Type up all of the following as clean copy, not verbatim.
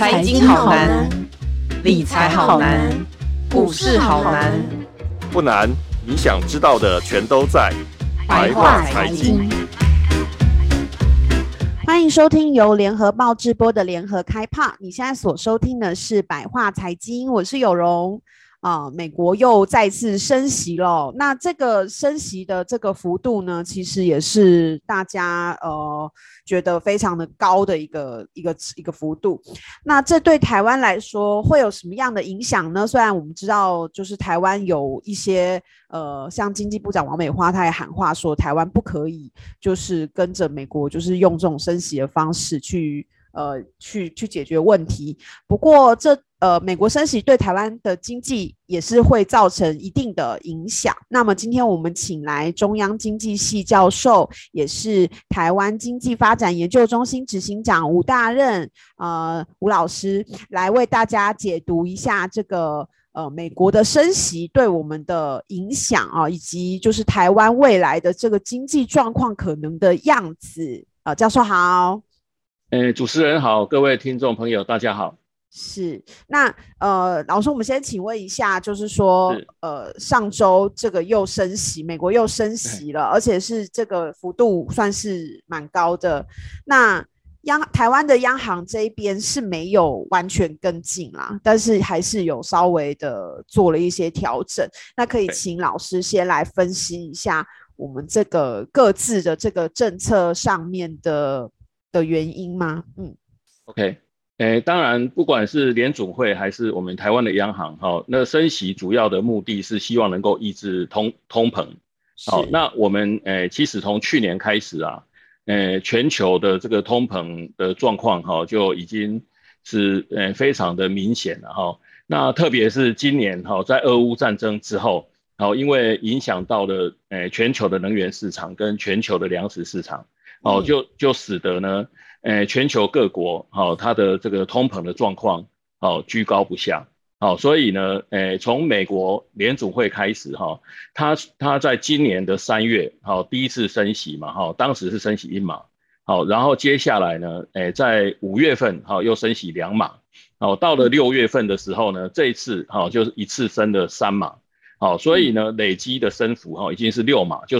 财经好难，理财好难，股市好难。 不难，你想知道的全都在白话财经。 欢迎收听由联合报直播的联合开炮，你现在所收听的是白话财经，我是有容。美国又再次升息了，那这个升息的这个幅度呢，其实也是大家觉得非常的高的一个幅度。那这对台湾来说会有什么样的影响呢？虽然我们知道，就是台湾有一些像经济部长王美花，她也喊话说，台湾不可以就是跟着美国，就是用这种升息的方式去解决问题。不过美国升息对台湾的经济也是会造成一定的影响。那么今天我们请来中央经济系教授，也是台湾经济发展研究中心执行长吴大任吴老师，来为大家解读一下这个美国的升息对我们的影响以及就是台湾未来的这个经济状况可能的样子。教授好。 主持人好，各位听众朋友大家好。 是，那老师，我们先请问一下，就是说上周这个又升息，美国又升息了，而且是这个幅度算是蛮高的。那台湾的央行这一边是没有完全跟进啦，但是还是有稍微的做了一些调整。那可以请老师先来分析一下我们这个各自的这个政策上面的原因吗 ？OK。当然不管是联准会还是我们台湾的央行那升息主要的目的是希望能够抑制通膨。那我们其实从去年开始全球的这个通膨的状况就已经是非常的明显了那特别是今年在俄乌战争之后因为影响到了全球的能源市场跟全球的粮食市场就使得呢全球各国它的这个通膨的状况居高不下所以呢从美国联准会开始它在今年的3月第一次升息嘛当时是升息1码然后接下来呢在5月份又升息2码到了6月份的时候呢这一次就是一次升了3码所以呢累积的升幅已经是6码，就是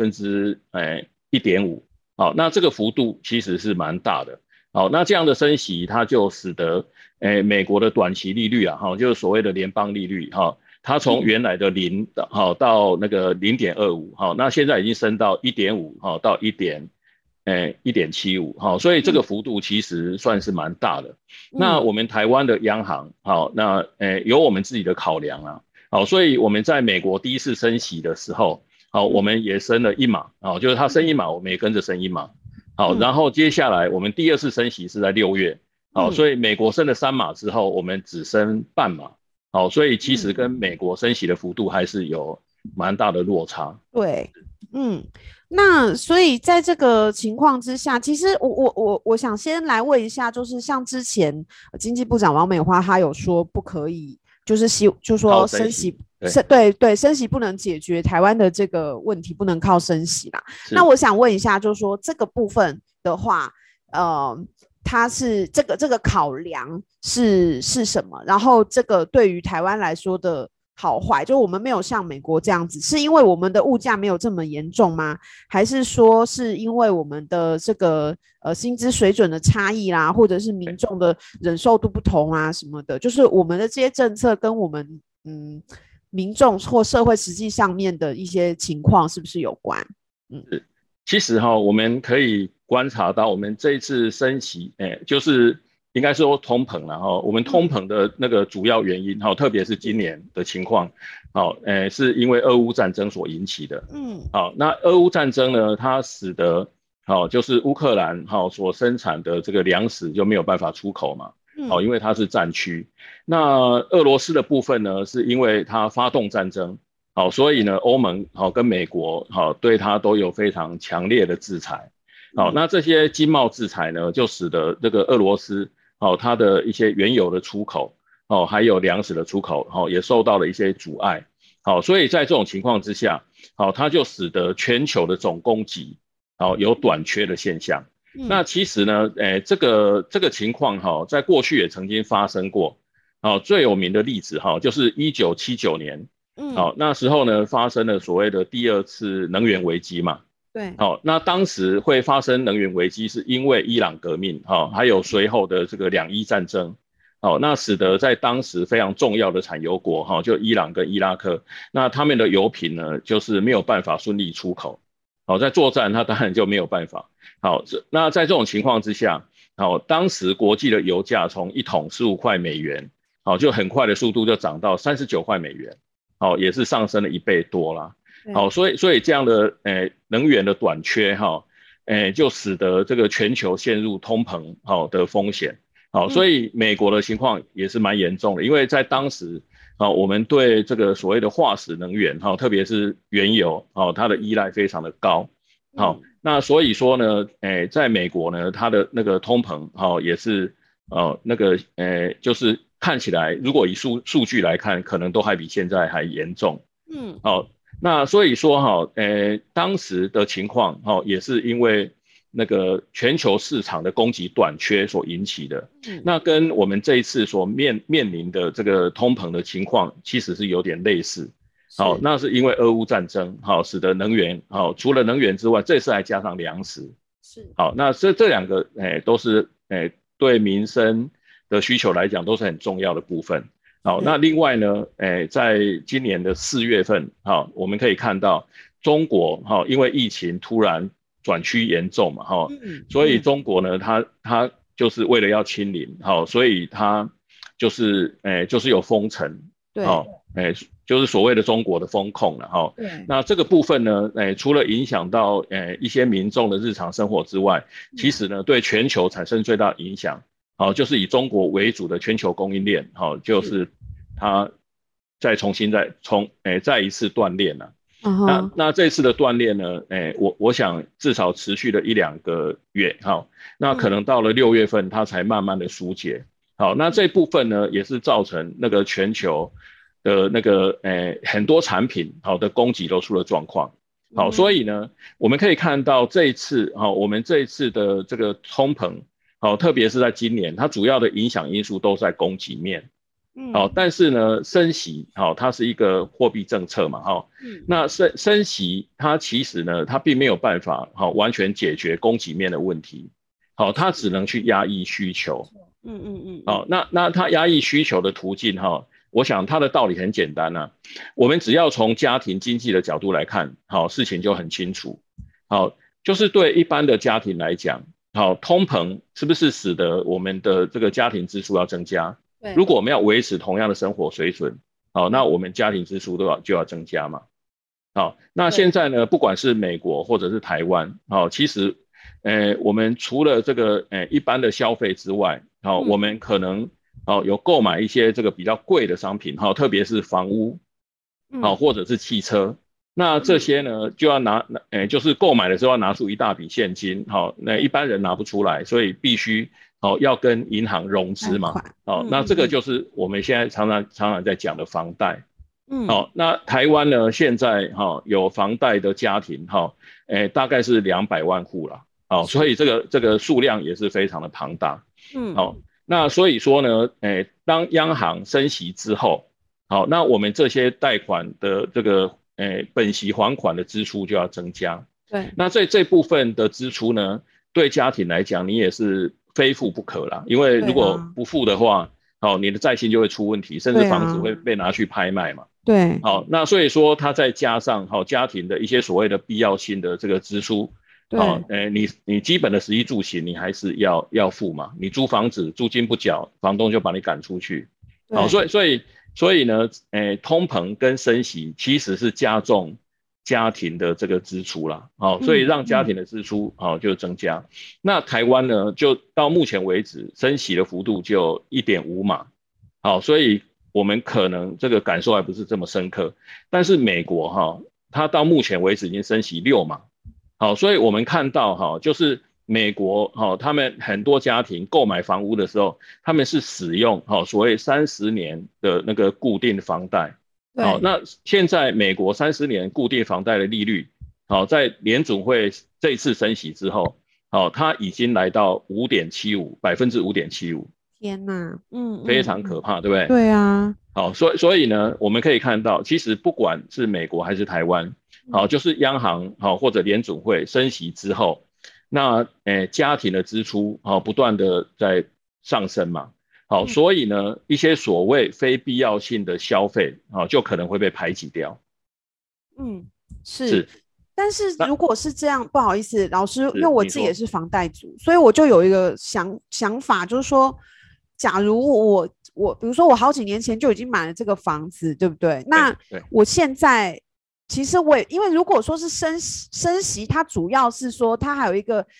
1.5%那这个幅度其实是蛮大的那这样的升息它就使得美国的短期利率就是所谓的联邦利率它从原来的0到那个 0.25 那现在已经升到 1.5 到 1.75 所以这个幅度其实算是蛮大的那我们台湾的央行那有我们自己的考量所以我们在美国第一次升息的时候我们也升了1码就是它升1码我们也跟着升1码然后接下来我们第二次升息是在6月所以美国升了3码之后我们只升半码所以其实跟美国升息的幅度还是有蛮大的落差。 对那所以在这个情况之下，其实我想先来问一下，就是像之前经济部长王美花她有说不可以就是说升息对升息不能解决台湾的这个问题，不能靠升息啦。那我想问一下，就是说这个部分的话它是这个考量是什么？然后这个对于台湾来说的好坏，就我们没有像美国这样子，是因为我们的物价没有这么严重吗？还是说是因为我们的这个薪资水准的差异啦，或者是民众的忍受度不同什么的，就是我们的这些政策跟我们民众或社会实际上面的一些情况是不是有关？ 其实我们可以观察到我们这一次升息就是应该说通膨我们通膨的那个主要原因特别是今年的情况是因为俄乌战争所引起的那俄乌战争呢它使得就是乌克兰所生产的这个粮食就没有办法出口嘛因为它是战区。那俄罗斯的部分呢是因为它发动战争所以呢欧盟跟美国对它都有非常强烈的制裁那这些经贸制裁呢就使得这个俄罗斯它的一些原油的出口还有粮食的出口也受到了一些阻碍所以在这种情况之下它就使得全球的总供给有短缺的现象那其实呢，这个情况在过去也曾经发生过。最有名的例子就是1979年，那时候呢发生了所谓的第二次能源危机嘛。 对， 那当时会发生能源危机是因为伊朗革命，还有随后的这个2伊战争。那使得在当时非常重要的产油国就伊朗跟伊拉克，那他们的油品呢就是没有办法顺利出口。在作战它当然就没有办法。那在这种情况之下，当时国际的油价从1桶15块美元，就很快的速度就涨到39块美元，也是上升了1倍多啦。所以这样的能源的短缺就使得这个全球陷入通膨的风险。所以美国的情况也是蛮严重的，因为在当时我们对这个所谓的化石能源特别是原油它的依赖非常的高。那所以说呢在美国呢它的那个通膨也是就是看起来如果以数据来看可能都还比现在还严重。那所以说当时的情况也是因为那个全球市场的供给短缺所引起的。那跟我们这一次所面临的这个通膨的情况其实是有点类似。那是因为俄乌战争使得能源除了能源之外，这次还加上粮食。那这两个都是对民生的需求来讲都是很重要的部分。那另外呢在今年的4月份我们可以看到中国因为疫情突然转趋严重嘛所以中国呢它就是为了要清零所以它就是有封城。 对， 就是所谓的中国的封控了那这个部分呢除了影响到一些民众的日常生活之外，其实呢对全球产生最大影响就是以中国为主的全球供应链就是它再一次断裂了。那这次的断裂呢我想至少持续了1-2个月那可能到了6月份它才慢慢的疏解。那这部分呢也是造成那个全球的那个很多产品的供给都出了状况。所以呢我们可以看到这一次我们这一次的这个通膨特别是在今年它主要的影响因素都在供给面。但是呢升息它是一个货币政策嘛那升息它其实呢它并没有办法完全解决供给面的问题。它只能去压抑需求。那它压抑需求的途径我想它的道理很简单我们只要从家庭经济的角度来看事情就很清楚。就是对一般的家庭来讲通膨是不是使得我们的这个家庭支出要增加？如果我们要维持同样的生活水准那我们家庭支出就要增加嘛。那现在呢不管是美国或者是台湾其实我们除了这个一般的消费之外我们可能有购买一些这个比较贵的商品特别是房屋或者是汽车。那这些呢就要就是购买的时候要拿出一大笔现金那一般人拿不出来，所以必须要跟银行融资嘛。那这个就是我们现在常常在讲的房贷。那台湾呢现在有房贷的家庭大概是200万户了所以这个数量也是非常的庞大。那所以说呢当央行升息之后那我们这些贷款的这个本息还款的支出就要增加。 对， 那这部分的支出呢对家庭来讲你也是非付不可啦，因为如果不付的话你的债信就会出问题，甚至房子会被拿去拍卖嘛。 对， 那所以说它再加上家庭的一些所谓的必要性的这个支出你基本的食衣住行你还是要付嘛，你租房子租金不缴房东就把你赶出去。所以呢通膨跟升息其实是加重家庭的这个支出啦所以让家庭的支出就增加。那台湾呢就到目前为止升息的幅度就 1.5 码所以我们可能这个感受还不是这么深刻。但是美国它到目前为止已经升息6码所以我们看到就是美国他们很多家庭购买房屋的时候他们是使用所谓30年的那个固定房贷。那现在美国30年固定房贷的利率在联准会这一次升息之后它已经来到5.75%， 天哪， 非常可怕，对不对？ 对啊， 所以呢，我们可以看到，其实不管是美国还是台湾，就是央行或者联准会升息之后，那家庭的支出不断的在上升嘛，所以呢，一些所谓非必要性的消费就可能会被排挤掉。 是。但是如果是这样，不好意思，老师，因为我自己也是房贷族，所以我就有一个想法，就是说，假如我比如说我好几年前就已经买了这个房子，对不对？那我现在其实因为如果说是升息，它主要是说它还有一个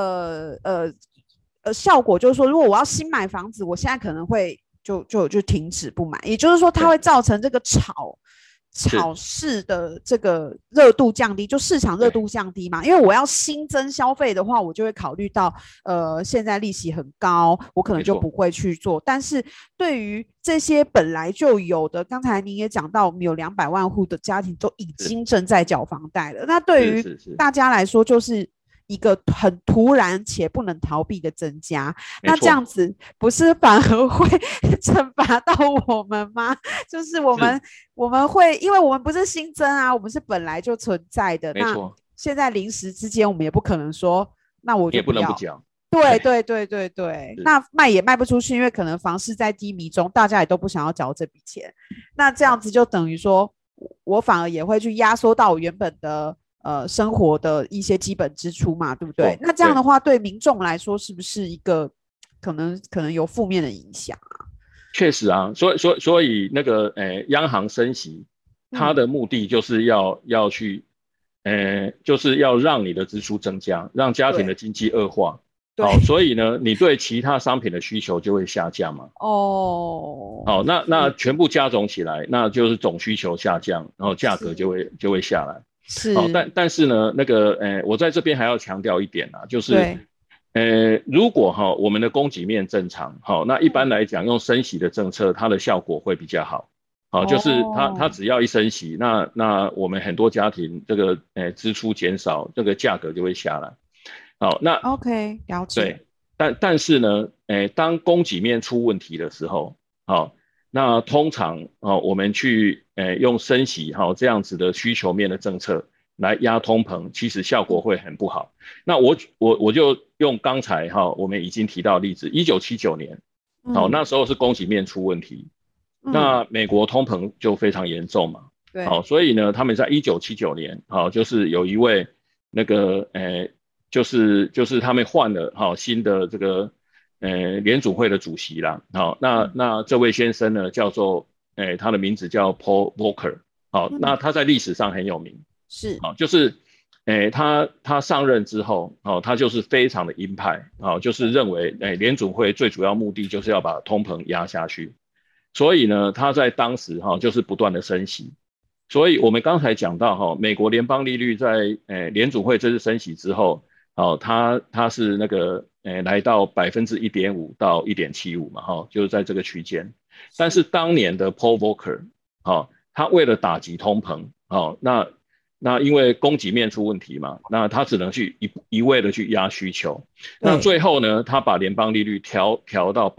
效果，就是说如果我要新买房子，我现在可能会就停止不买，也就是说它会造成这个炒市的这个热度降低，就市场热度降低嘛。因为我要新增消费的话，我就会考虑到现在利息很高，我可能就不会去做。但是对于这些本来就有的，刚才您也讲到，我们有200万户的家庭都已经正在缴房贷了，那对于大家来说就是一个很突然且不能逃避的增加，那这样子不是反而会惩罚到我们吗？就是我们会，因为我们不是新增啊，我们是本来就存在的，那现在临时之间我们也不可能说那我就也不能不缴。 对，那卖也卖不出去，因为可能房市在低迷中，大家也都不想要缴这笔钱，那这样子就等于说我反而也会去压缩到我原本的生活的一些基本支出嘛，对不对？那这样的话对民众来说是不是一个可能有负面的影响啊？ 确实啊，所以那个央行升息它的目的就是要去就是要让你的支出增加，让家庭的经济恶化。所以呢你对其他商品的需求就会下降嘛。那全部加总起来，那就是总需求下降，然后价格就会下来。 是， 但是呢，那个我在这边还要强调一点啊，就是如果我们的供给面正常，那一般来讲用升息的政策，它的效果会比较好。就是它只要一升息，那我们很多家庭这个支出减少，这个价格就会下来。那 OK 了解。 对，但是呢，当供给面出问题的时候，那通常我们去用升息这样子的需求面的政策来压通膨，其实效果会很不好。那我就用刚才我们已经提到的例子，1979年，那时候是供给面出问题，那美国通膨就非常严重嘛。 对， 所以呢，他们在1979年，就是有一位那个就是他们换了新的这个联准会的主席啦。那这位先生呢叫做他的名字叫 Paul Volcker。那他在历史上很有名， 是就是他上任之后他就是非常的鹰派，就是认为联准会最主要目的就是要把通膨压下去，所以呢他在当时就是不断的升息。所以我们刚才讲到美国联邦利率在联准会这次升息之后，它是那个来到 1.5% 到 1.75% 嘛，就是在这个区间。但是当年的 Paul Volcker，他为了打击通膨，那因为供给面出问题嘛，那他只能去一味的去压需求。那最后呢，他把联邦利率调到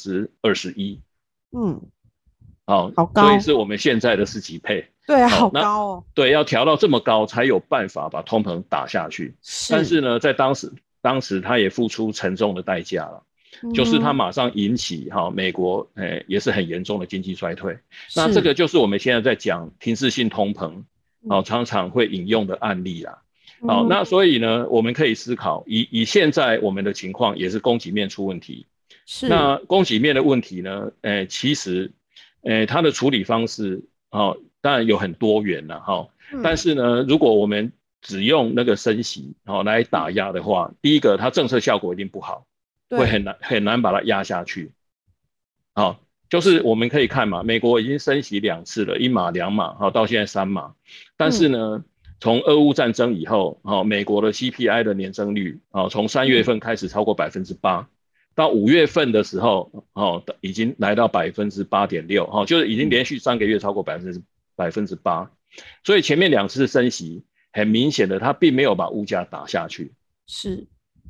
21%。 好高， 所以是我们现在的10几倍。 对，好高哦。 对，要调到这么高才有办法把通膨打下去。但是呢，在当时他也付出沉重的代价了，就是他马上引起美国也是很严重的经济衰退。那这个就是我们现在在讲停滞性通膨常常会引用的案例啦。那所以呢，我们可以思考，以现在我们的情况也是供给面出问题。 是， 那供给面的问题呢，其实它的处理方式当然有很多元啦，但是呢，如果我们只用那个升息来打压的话，第一个它政策效果一定不好，会很难把它压下去。就是我们可以看嘛，美国已经升息2次了，1码2码到现在3码，但是呢，从俄乌战争以后美国的 CPI 的年增率从3月份开始超过 8%，到5月份的时候已经来到 8.6%，就是已经连续3个月超过 8%，所以前面2次升息很明显的它并没有把物价打下去。 是，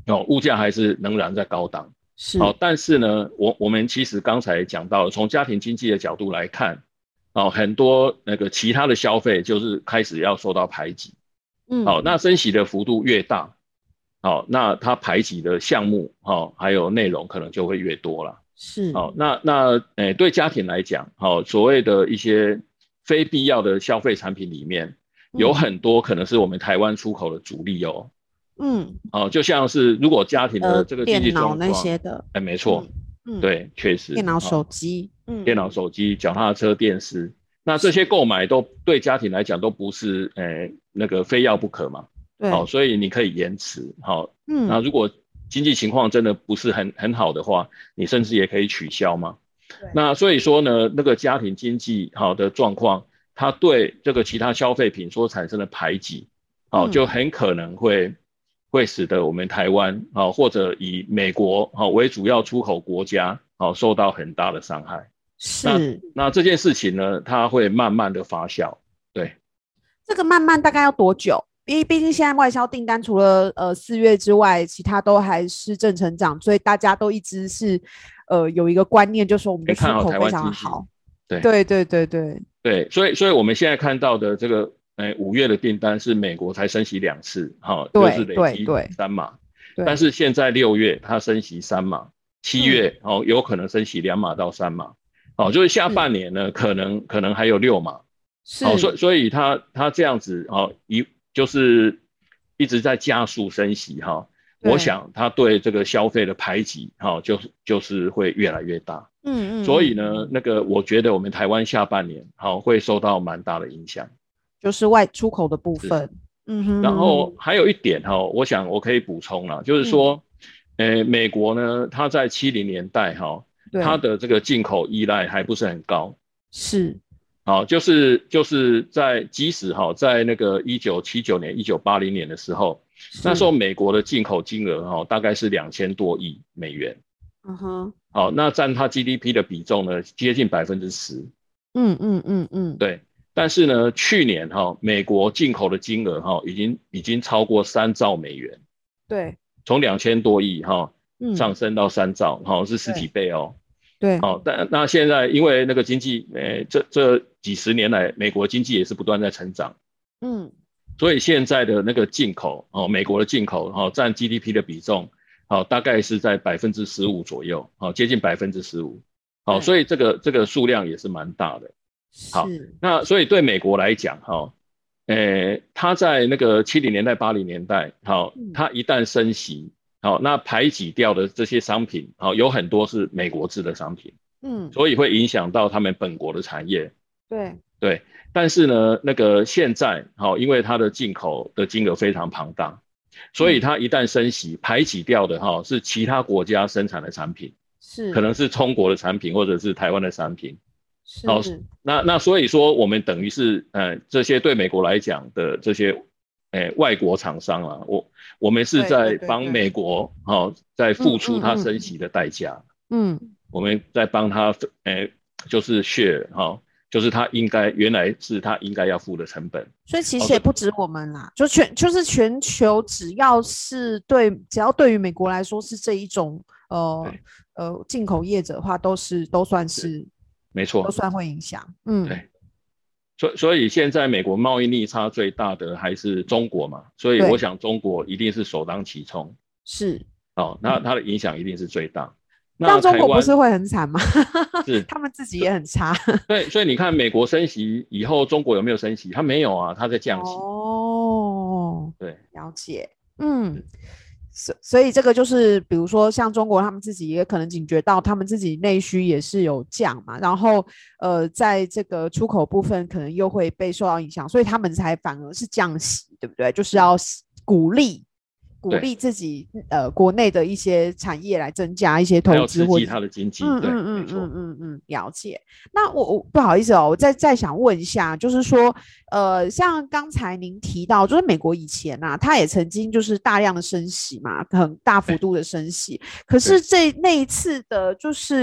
物价还是仍然在高档。 是， 但是呢，我们其实刚才讲到，从家庭经济的角度来看，很多那个其他的消费就是开始要受到排挤。那升息的幅度越大，那它排挤的项目，还有内容可能就会越多了。 是， 对家庭来讲，所谓的一些非必要的消费产品里面，有很多可能是我们台湾出口的主力哦。就像是如果家庭的这个经济状况， 电脑那些的， 没错，对，确实， 电脑、手机， 电脑、手机、脚踏车、电视，那这些购买都对家庭来讲都不是那个非要不可嘛。 对， 所以你可以延迟。那如果经济情况真的不是很好的话，你甚至也可以取消嘛。那所以说呢，那个家庭经济好的状况，它对这个其他消费品所产生的排挤，就很可能会使得我们台湾或者以美国为主要出口国家受到很大的伤害。 是， 那这件事情呢，它会慢慢的发酵。对， 这个慢慢大概要多久？因为毕竟现在外销订单除了4月之外，其他都还是正成长，所以大家都一直是有一个观念，就是说我们的出口非常好。对， 所以我们现在看到的这个5月的订单是美国才升息2次，就是累积3码。但是现在6月它升息3码，7月有可能升息2码到3码，就是下半年呢可能还有6码。所以它这样子就是一直在加速升息我想它对这个消费的排挤就是会越来越大。所以呢，那个我觉得我们台湾下半年会受到蛮大的影响， 就是外出口的部分。 然后还有一点我想我可以补充了，就是说美国呢，它在70年代它的这个进口依赖还不是很高。 是， 就是在即使在那个1979年、1980年的时候，那时候美国的进口金额大概是2000多亿美元。那占它 GDP 的比重呢，接近10%。对。但是呢，去年美国进口的金额已经超过3兆美元。 对， 从2000多亿上升到3兆，是10几倍哦。 对， 但那现在因为那个经济这几十年来，美国经济也是不断在成长。所以现在的那个进口美国的进口占 GDP 的比重大概是在15%左右，接近15%。所以这个数量也是蛮大的。好，那所以对美国来讲它在那个70年代、80年代它一旦升息那排挤掉的这些商品有很多是美国制的商品。所以会影响到他们本国的产业。对，但是呢，那个现在因为它的进口的金额非常庞大，所以它一旦升息，排挤掉的是其他国家生产的产品，可能是中国的产品或者是台湾的产品。那所以说我们等于是这些对美国来讲的这些外国厂商啊，我们是在帮美国在付出它升息的代价。我们在帮他就是 share 就是他原来是他应该要付的成本。 所以其实也不止我们啦，就是全球只要对于美国来说是这一种进口业者的话，都算是没错， 都算会影响。 对，所以现在美国贸易逆差最大的还是中国嘛，所以我想中国一定是首当其冲。 是那它的影响一定是最大。 那中国不是会很惨吗？ 是他们自己也很差。 对，所以你看美国升息以后，中国有没有升息？它没有啊，它在降息。对， 了解。所以这个就是比如说像中国他们自己也可能警觉到他们自己内需也是有降嘛，然后在这个出口部分可能又会被受到影响，所以他们才反而是降息，对不对？就是要鼓励自己国内的一些产业来增加一些投资， 或者刺激它的经济。 了解。那我不好意思我再想问一下，就是说像刚才您提到，就是美国以前它也曾经就是大量的升息嘛，很大幅度的升息，可是那一次的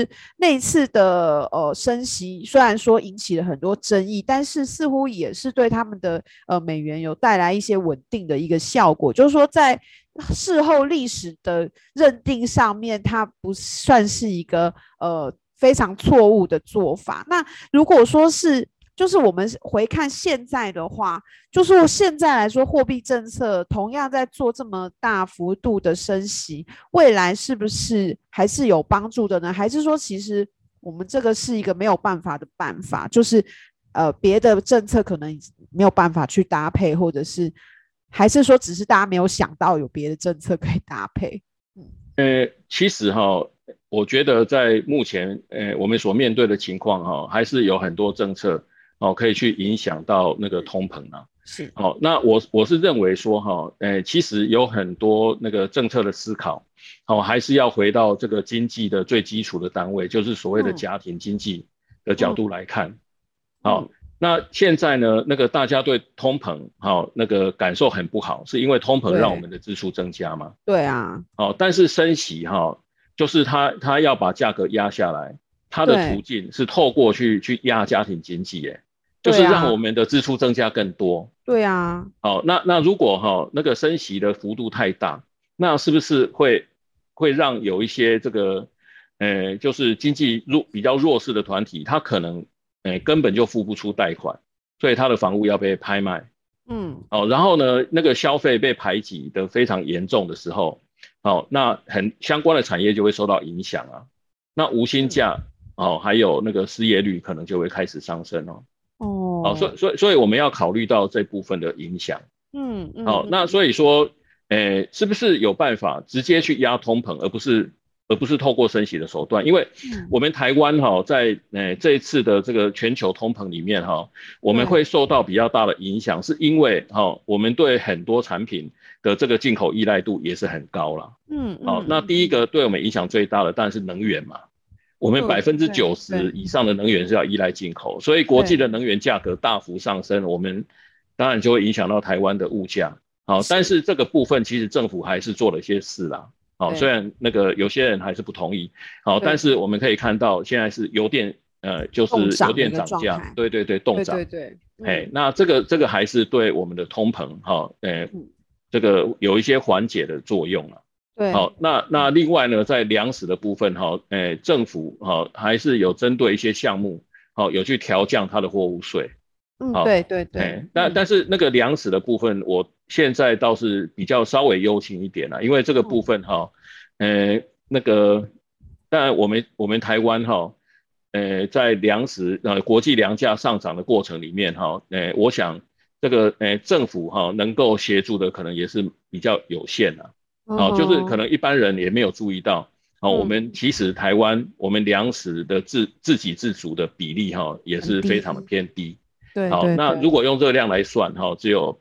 升息虽然说引起了很多争议，但是似乎也是对他们的美元有带来一些稳定的一个效果，就是说在事后历史的认定上面，它不算是一个非常错误的做法。那如果说是就是我们回看现在的话，就是现在来说，货币政策同样在做这么大幅度的升息，未来是不是还是有帮助的呢？还是说其实我们这个是一个没有办法的办法，就是别的政策可能没有办法去搭配，或者是还是说只是大家没有想到有别的政策可以搭配？ 其实我觉得在目前我们所面对的情况还是有很多政策可以去影响到那个通膨啊。 是。 那我是认为说其实有很多那个政策的思考还是要回到这个经济的最基础的单位，就是所谓的家庭经济的角度来看。那现在呢，那个大家对通膨那个感受很不好，是因为通膨让我们的支出增加嘛？ 对啊。 但是升息就是他要把价格压下来，他的途径是透过去压家庭经济就是让我们的支出增加更多。 对啊。 那如果那个升息的幅度太大，那是不是会让有一些这个就是经济比较弱势的团体，他可能根本就付不出贷款，所以他的房屋要被拍卖。然后呢，那个消费被排挤的非常严重的时候，那相关的产业就会受到影响啊。那无薪假还有那个失业率可能就会开始上升所以我们要考虑到这部分的影响。那所以说是不是有办法直接去压通膨，而不是透过升息的手段？因为我们台湾在这一次的这个全球通膨里面我们会受到比较大的影响，是因为我们对很多产品的这个进口依赖度也是很高啦。那第一个对我们影响最大的当然是能源嘛，我们90%以上的能源是要依赖进口，所以国际的能源价格大幅上升，我们当然就会影响到台湾的物价。但是这个部分其实政府还是做了一些事啦。虽然那个有些人还是不同意，但是我们可以看到现在是油电就是油电涨价，对，动涨。那这个还是对我们的通膨这个有一些缓解的作用了。 对。 那另外呢，在粮食的部分政府还是有针对一些项目有去调降它的货物税。 对。 但是那个粮食的部分，我现在倒是比较稍微忧心一点啦，因为这个部分那个当然我们台湾在粮食国际粮价上涨的过程里面我想这个政府能够协助的可能也是比较有限啦。就是可能一般人也没有注意到我们其实台湾我们粮食的自给自足的比例也是非常的偏低。那如果用热量来算只有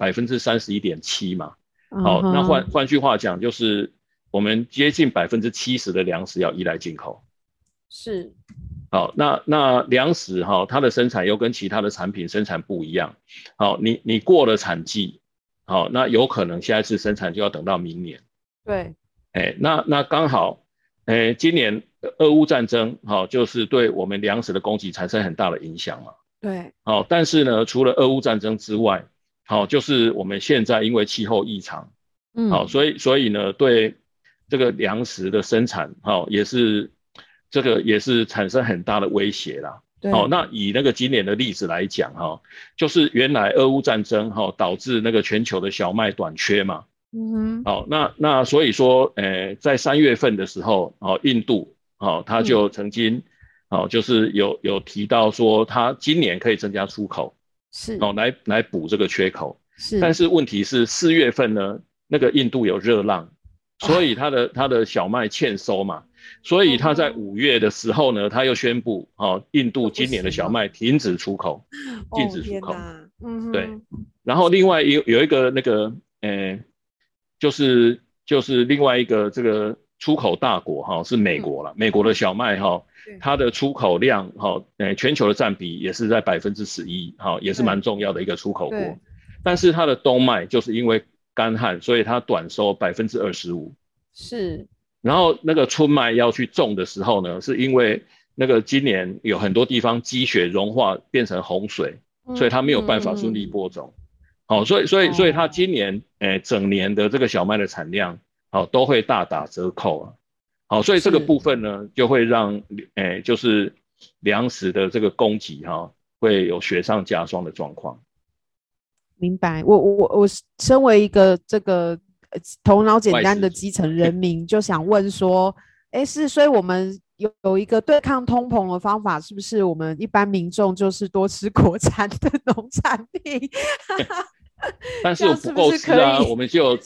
31.7% 嘛。那换句话讲，就是我们接近 70% 的粮食要依赖进口。 是。 那粮食它的生产又跟其他的产品生产不一样。你过了产季那有可能下一次生产就要等到明年。 对。 那刚好今年俄乌战争就是对我们粮食的供给产生很大的影响嘛。 对。 但是呢，除了俄乌战争之外就是我们现在因为气候异常所以呢对这个粮食的生产也是这个也是产生很大的威胁啦。那以那个今年的例子来讲就是原来俄乌战争导致那个全球的小麦短缺嘛。那所以说在3月份的时候印度他就曾经就是有提到说他今年可以增加出口， 是来补这个缺口。 是。 但是问题是4月份呢，那个印度有热浪，所以他的小麦欠收嘛，所以他在5月的时候呢，他又宣布印度今年的小麦停止出口，禁止出口。对。然后另外有一个那个就是另外一个这个出口大国是美国啦。美国的小麦它的出口量全球的占比也是在 11%也是蛮重要的一个出口国。但是它的冬麦就是因为干旱，所以它短收 25%。 是。 然后那个春麦要去种的时候呢，是因为那个今年有很多地方积雪融化变成洪水，所以它没有办法顺利播种。所以它今年整年的这个小麦的产量都会大打折扣啊。好，所以这个部分呢，就会让就是粮食的这个供给会有雪上加霜的状况。 明白。我身为一个这个头脑简单的基层人民，就想问说，所以我们有一个对抗通膨的方法，是不是我们一般民众就是多吃国产的农产品？ 但是我不够吃啊，我们就有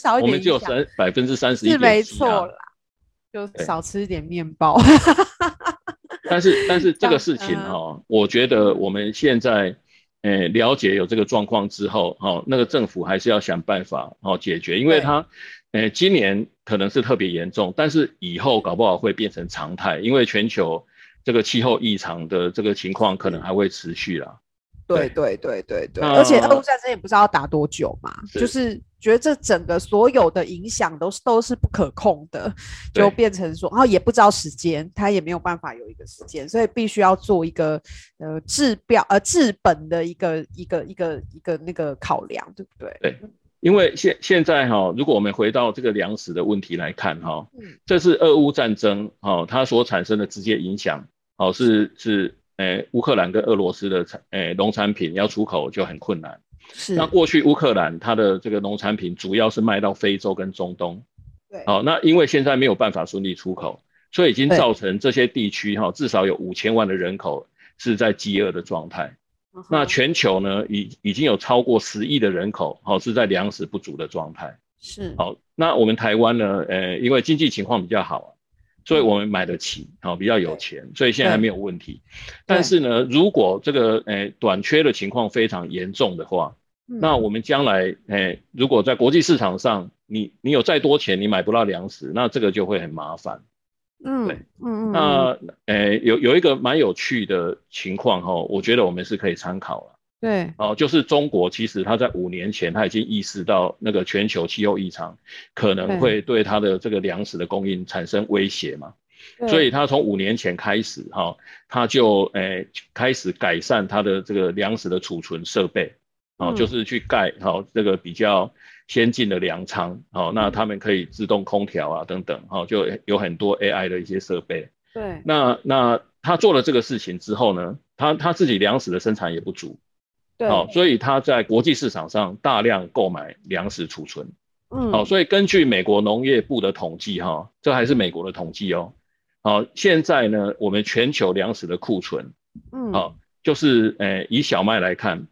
30% 是没错啦，就少吃一点面包。 但是这个事情我觉得我们现在了解有这个状况之后那个政府还是要想办法解决，因为它今年可能是特别严重，但是以后搞不好会变成常态，因为全球这个气候异常的这个情况可能还会持续啦。 对，而且俄乌战争也不知道要打多久嘛，就是觉得这整个所有的影响都是不可控的，就变成说，然后也不知道时间，他也没有办法有一个时间，所以必须要做一个治本的一个那个考量，对不对？ 对，因为现在如果我们回到这个粮食的问题来看这是俄乌战争它所产生的直接影响是乌克兰跟俄罗斯的农产品要出口就很困难。 是。 那过去乌克兰它的这个农产品主要是卖到非洲跟中东。 对。 那因为现在没有办法顺利出口，所以已经造成这些地区至少有5000万的人口是在饥饿的状态。那全球呢已经有超过10亿的人口是在粮食不足的状态。 是。 那我们台湾呢因为经济情况比较好所以我们买得起比较有钱，所以现在还没有问题。但是呢如果这个短缺的情况非常严重的话，那我们将来如果在国际市场上你有再多钱你买不到粮食，那这个就会很麻烦。对。那有一个蛮有趣的情况我觉得我们是可以参考了。 对。 就是中国其实他在5年前他已经意识到那个全球气候异常可能会对他的这个粮食的供应产生威胁嘛，所以他从5年前开始他就开始改善他的这个粮食的储存设备就是去盖这个比较先进的粮仓那他们可以自动空调啊等等就有很多 AI 的一些设备。 对。 那他做了这个事情之后呢，他自己粮食的生产也不足。 对。 所以他在国际市场上大量购买粮食储存。所以根据美国农业部的统计这还是美国的统计现在呢我们全球粮食的库存就是以小麦来看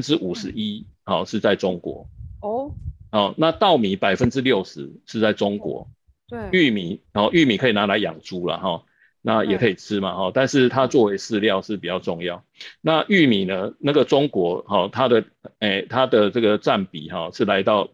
51%是在中国。那稻米60%是在中国。 对。 玉米可以拿来养猪了那也可以吃嘛但是它作为饲料是比较重要。那玉米呢那个中国它的这个占比是来到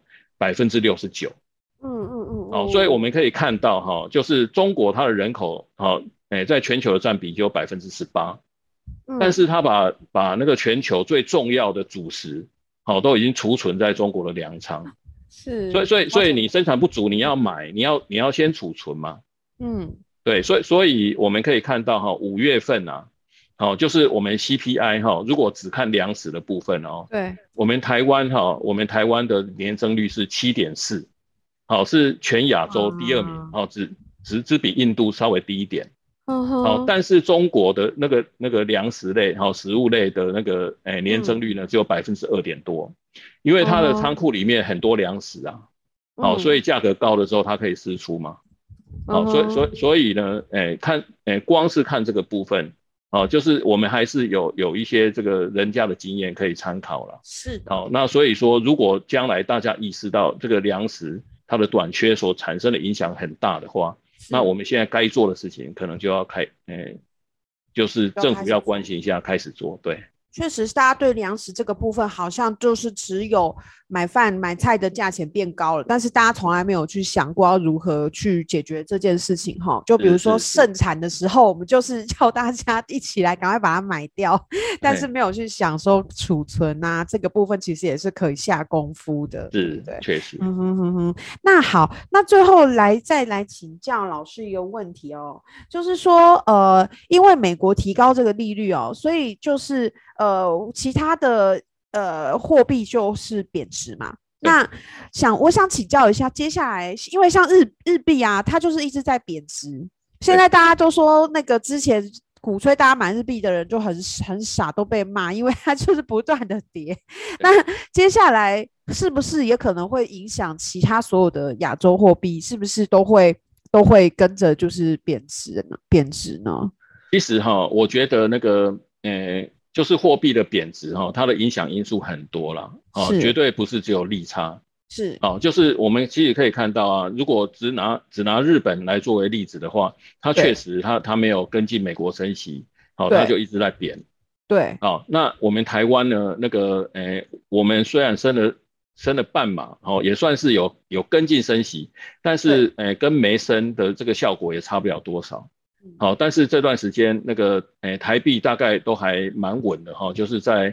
69%。所以我们可以看到就是中国它的人口在全球的占比就有18%。但是它把那个全球最重要的主食都已经储存在中国的粮仓。 是。 所以你生产不足你要买你要先储存嘛。对，所以我们可以看到5月份就是我们 CPI 如果只看粮食的部分对， 我们台湾的年增率是 7.4%是全亚洲第2名只比印度稍微低一点。但是中国的那个粮食类食物类的那个年增率呢只有2%点多，因为它的仓库里面很多粮食所以价格高的时候它可以释出嘛。所以呢光是看这个部分就是我们还是有一些这个人家的经验可以参考了。 是的。 那所以说如果将来大家意识到这个粮食它的短缺所产生的影响很大的话，那我们现在该做的事情可能就要就是政府要关心一下开始做。对。 确实大家对粮食这个部分好像就是只有买饭买菜的价钱变高了，但是大家从来没有去想过要如何去解决这件事情就比如说盛产的时候我们就是叫大家一起来赶快把它买掉，但是没有去想说储存这个部分其实也是可以下功夫的。 是，确实。 那好，那最后再来请教老师一个问题就是说因为美国提高这个利率所以就是其他的货币就是贬值嘛， 那我想请教一下，接下来因为像日币啊，它就是一直在贬值，现在大家都说那个之前鼓吹大家买日币的人就很傻，都被骂，因为它就是不断的跌。那接下来是不是也可能会影响其他所有的亚洲货币，是不是都会跟着就是贬值呢？ 其实我觉得那个就是货币的贬值它的影响因素很多啦，绝对不是只有利差。 是就是我们其实可以看到啊，如果只拿日本来作为例子的话，它确实它没有跟进美国升息，它就一直在贬。 对， 那我们台湾呢，那个我们虽然升了半码，也算是有跟进升息，但是跟没升的这个效果也差不了多少。但是这段时间那个台币大概都还蛮稳的就是在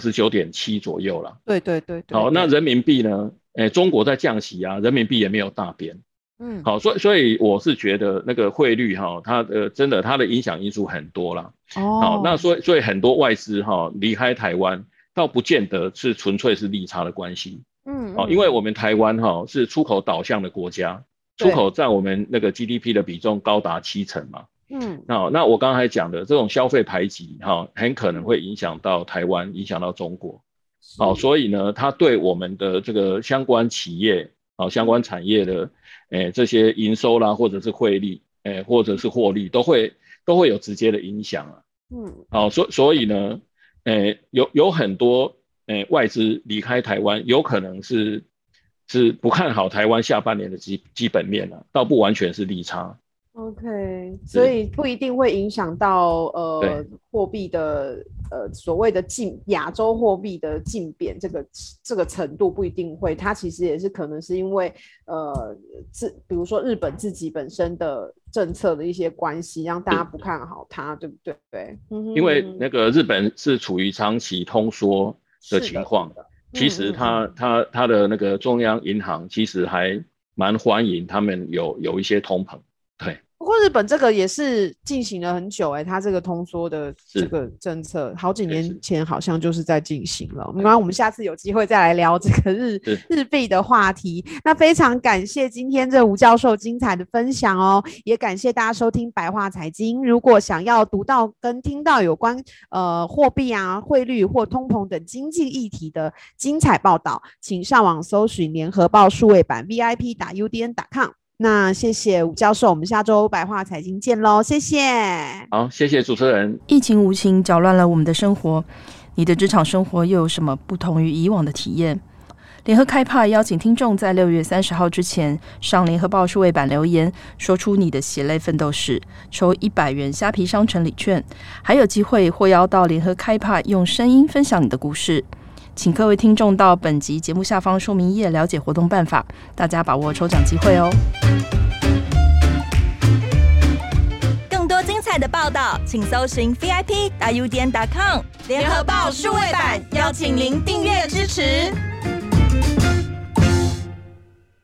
29.7 左右啦。 对。 那人民币呢？中国在降息啊，人民币也没有大贬。所以我是觉得那个汇率它真的它的影响因素很多啦。那所以很多外资离开台湾，倒不见得是纯粹是利差的关系。因为我们台湾是出口导向的国家，出口占我们那个 GDP 的比重高达70%嘛。那我刚才讲的这种消费排挤很可能会影响到台湾，影响到中国。所以呢，它对我们的这个相关企业相关产业的这些营收啦，或者是汇率或者是获利都会有直接的影响啊。所以呢有很多外资离开台湾，有可能是不看好台湾下半年的基本面倒不完全是利差。 OK， 所以不一定会影响到货币的所谓的亚洲货币的竞贬这个程度不一定会，它其实也是可能是因为比如说日本自己本身的政策的一些关系，让大家不看好它，对不对？ 因为那个日本是处于长期通缩的情况，其实它的那个中央银行其实还蛮欢迎他们有一些通膨。对， 不过日本这个也是进行了很久它这个通缩的这个政策好几年前好像就是在进行了。我们下次有机会再来聊这个日币的话题。那非常感谢今天这吴教授精彩的分享也感谢大家收听白话财经。如果想要读到跟听到有关货币啊、汇率或通膨等经济议题的精彩报道，请上网搜寻联合报数位版 VIP.udn.com。那谢谢吴教授，我们下周白话财经见咯，谢谢。 好，谢谢主持人。 疫情无情搅乱了我们的生活，你的职场生活又有什么不同于以往的体验？联合开趴邀请听众在6月30号之前上联合报数位版留言，说出你的血泪奋斗史，抽100元虾皮商城礼券，还有机会获邀到联合开趴用声音分享你的故事。请各位听众到本集节目下方说明页了解活动办法，大家把握抽奖机会哦。 更多精彩的报道，请搜寻 VIP.udn.com 联合报数位版，邀请您订阅支持。